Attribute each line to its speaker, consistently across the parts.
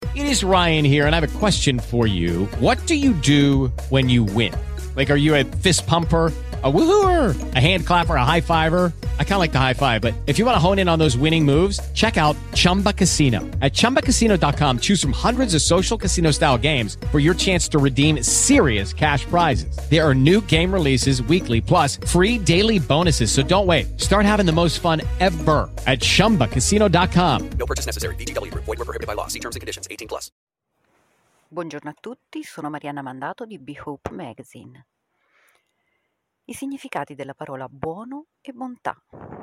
Speaker 1: It is Ryan here, and I have a question for you. What do you do when you win? Like, are you a fist pumper, a woohooer, a hand clapper, a high fiver? I kind of like the high five, but if you want to hone in on those winning moves, check out Chumba Casino. At ChumbaCasino.com, choose from hundreds of social casino style games for your chance to redeem serious cash prizes. There are new game releases weekly, plus free daily bonuses. So don't wait. Start having the most fun ever at ChumbaCasino.com.
Speaker 2: No purchase necessary. VGW Group. Void where prohibited by law. See terms and conditions. 18+.
Speaker 3: Buongiorno a tutti, sono Marianna Mandato di Be Hope Magazine. I significati della parola buono e bontà.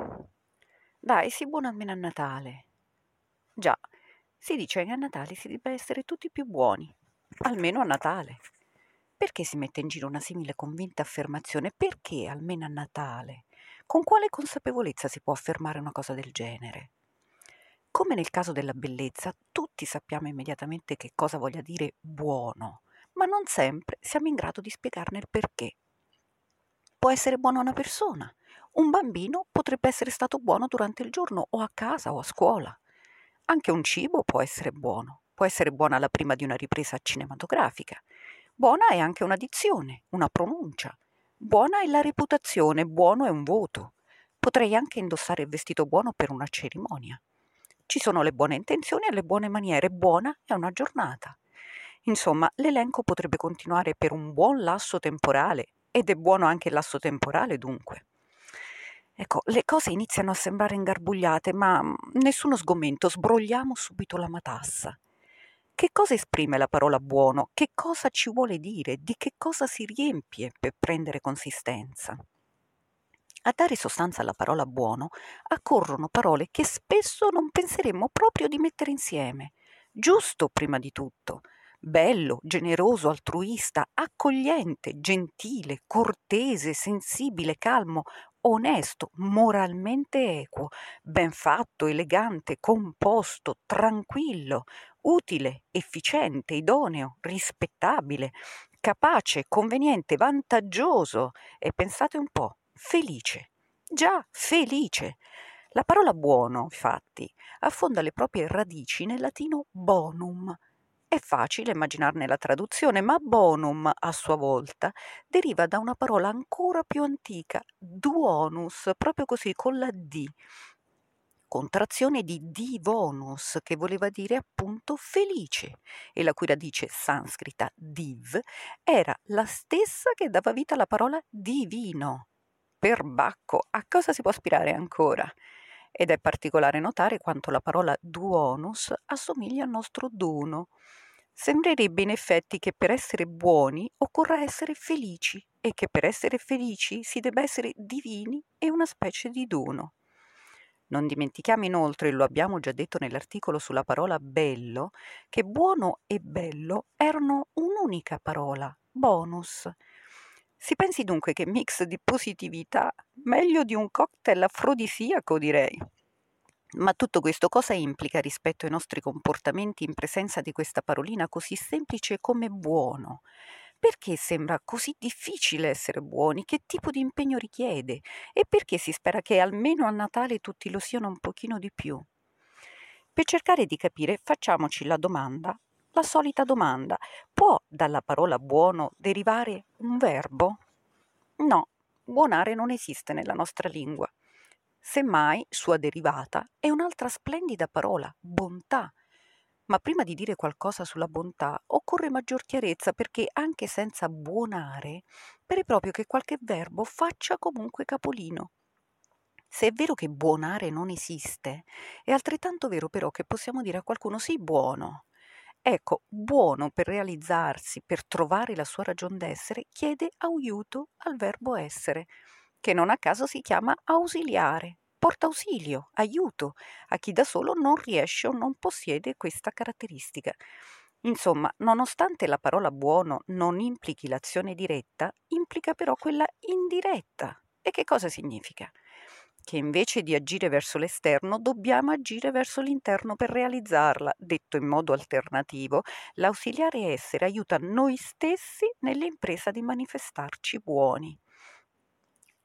Speaker 3: Dai, sii buono almeno a Natale. Già, si dice che a Natale si debba essere tutti più buoni, almeno a Natale. Perché si mette in giro una simile convinta affermazione? Perché almeno a Natale? Con quale consapevolezza si può affermare una cosa del genere? Come nel caso della bellezza, tutti sappiamo immediatamente che cosa voglia dire buono, ma non sempre siamo in grado di spiegarne il perché. Può essere buona una persona. Un bambino potrebbe essere stato buono durante il giorno o a casa o a scuola. Anche un cibo può essere buono. Può essere buona la prima di una ripresa cinematografica. Buona è anche una dizione, una pronuncia. Buona è la reputazione, buono è un voto. Potrei anche indossare il vestito buono per una cerimonia. Ci sono le buone intenzioni e le buone maniere. Buona è una giornata. Insomma, l'elenco potrebbe continuare per un buon lasso temporale, ed è buono anche il lasso temporale, dunque. Ecco, le cose iniziano a sembrare ingarbugliate, ma nessuno sgomento, sbrogliamo subito la matassa. Che cosa esprime la parola buono? Che cosa ci vuole dire? Di che cosa si riempie per prendere consistenza? A dare sostanza alla parola buono accorrono parole che spesso non penseremmo proprio di mettere insieme. Giusto prima di tutto. Bello, generoso, altruista, accogliente, gentile, cortese, sensibile, calmo, onesto, moralmente equo, ben fatto, elegante, composto, tranquillo, utile, efficiente, idoneo, rispettabile, capace, conveniente, vantaggioso e pensate un po', felice. Già, felice. La parola buono, infatti, affonda le proprie radici nel latino bonum. È facile immaginarne la traduzione, ma bonum, a sua volta, deriva da una parola ancora più antica, duonus, proprio così, con la D, contrazione di divonus, che voleva dire appunto felice, e la cui radice sanscrita div era la stessa che dava vita alla parola divino. Perbacco, a cosa si può aspirare ancora? Ed è particolare notare quanto la parola duonus assomiglia al nostro dono. Sembrerebbe in effetti che per essere buoni occorra essere felici e che per essere felici si debba essere divini e una specie di dono. Non dimentichiamo inoltre, lo abbiamo già detto nell'articolo sulla parola bello, che buono e bello erano un'unica parola, bonus. Si pensi dunque che mix di positività, meglio di un cocktail afrodisiaco, direi. Ma tutto questo cosa implica rispetto ai nostri comportamenti in presenza di questa parolina così semplice come buono? Perché sembra così difficile essere buoni? Che tipo di impegno richiede? E perché si spera che almeno a Natale tutti lo siano un pochino di più? Per cercare di capire, facciamoci la domanda, la solita domanda: può dalla parola buono derivare un verbo? No, buonare non esiste nella nostra lingua. Semmai, sua derivata è un'altra splendida parola, bontà. Ma prima di dire qualcosa sulla bontà occorre maggior chiarezza, perché anche senza buonare pare proprio che qualche verbo faccia comunque capolino. Se è vero che buonare non esiste, è altrettanto vero però che possiamo dire a qualcuno sì buono. Ecco, buono per realizzarsi, per trovare la sua ragion d'essere, chiede aiuto al verbo essere, che non a caso si chiama ausiliare, porta ausilio, aiuto a chi da solo non riesce o non possiede questa caratteristica. Insomma, nonostante la parola buono non implichi l'azione diretta, implica però quella indiretta. E che cosa significa? Che invece di agire verso l'esterno dobbiamo agire verso l'interno per realizzarla. Detto in modo alternativo, l'ausiliare essere aiuta noi stessi nell'impresa di manifestarci buoni.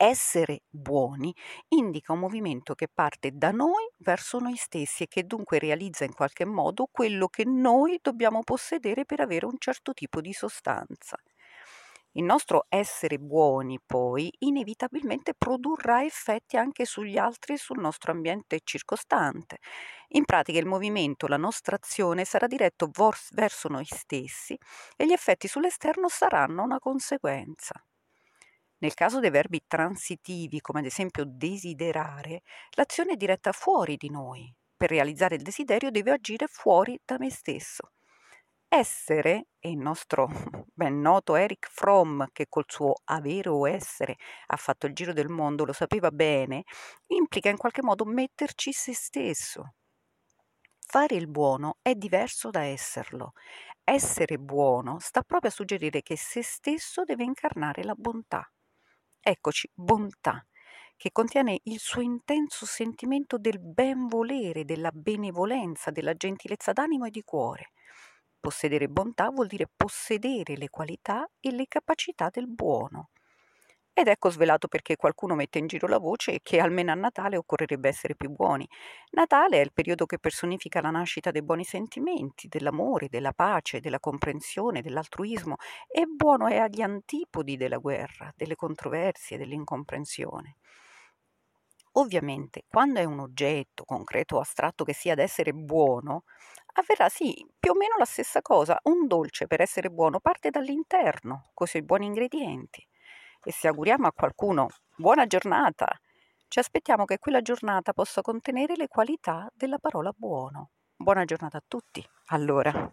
Speaker 3: Essere buoni indica un movimento che parte da noi verso noi stessi e che dunque realizza in qualche modo quello che noi dobbiamo possedere per avere un certo tipo di sostanza. Il nostro essere buoni, poi, inevitabilmente produrrà effetti anche sugli altri e sul nostro ambiente circostante. In pratica il movimento, la nostra azione sarà diretto verso noi stessi e gli effetti sull'esterno saranno una conseguenza. Nel caso dei verbi transitivi, come ad esempio desiderare, l'azione è diretta fuori di noi. Per realizzare il desiderio deve agire fuori da me stesso. Essere, e il nostro ben noto Erich Fromm, che col suo avere o essere ha fatto il giro del mondo, lo sapeva bene, implica in qualche modo metterci se stesso. Fare il buono è diverso da esserlo. Essere buono sta proprio a suggerire che se stesso deve incarnare la bontà. Eccoci, bontà, che contiene il suo intenso sentimento del ben volere, della benevolenza, della gentilezza d'animo e di cuore. Possedere bontà vuol dire possedere le qualità e le capacità del buono. Ed ecco svelato perché qualcuno mette in giro la voce che almeno a Natale occorrerebbe essere più buoni. Natale è il periodo che personifica la nascita dei buoni sentimenti, dell'amore, della pace, della comprensione, dell'altruismo, e buono è agli antipodi della guerra, delle controversie, dell'incomprensione. Ovviamente, quando è un oggetto concreto o astratto che sia ad essere buono, avverrà sì, più o meno la stessa cosa. Un dolce per essere buono parte dall'interno, con i suoi buoni ingredienti. E se auguriamo a qualcuno buona giornata, ci aspettiamo che quella giornata possa contenere le qualità della parola buono. Buona giornata a tutti, allora.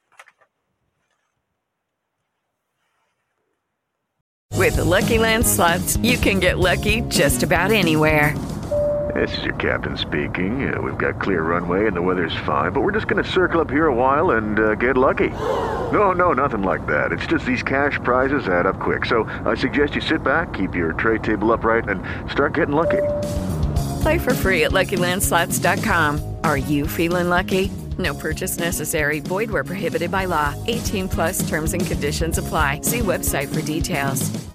Speaker 4: With the Lucky Land Slots, you can get lucky just about anywhere.
Speaker 5: This is your captain speaking. We've got clear runway and the weather's fine, but we're just going to circle up here a while and get lucky. No, nothing like that. It's just these cash prizes add up quick. So I suggest you sit back, keep your tray table upright, and start getting lucky.
Speaker 4: Play for free at LuckyLandSlots.com. Are you feeling lucky? No purchase necessary. Void where prohibited by law. 18+ terms and conditions apply. See website for details.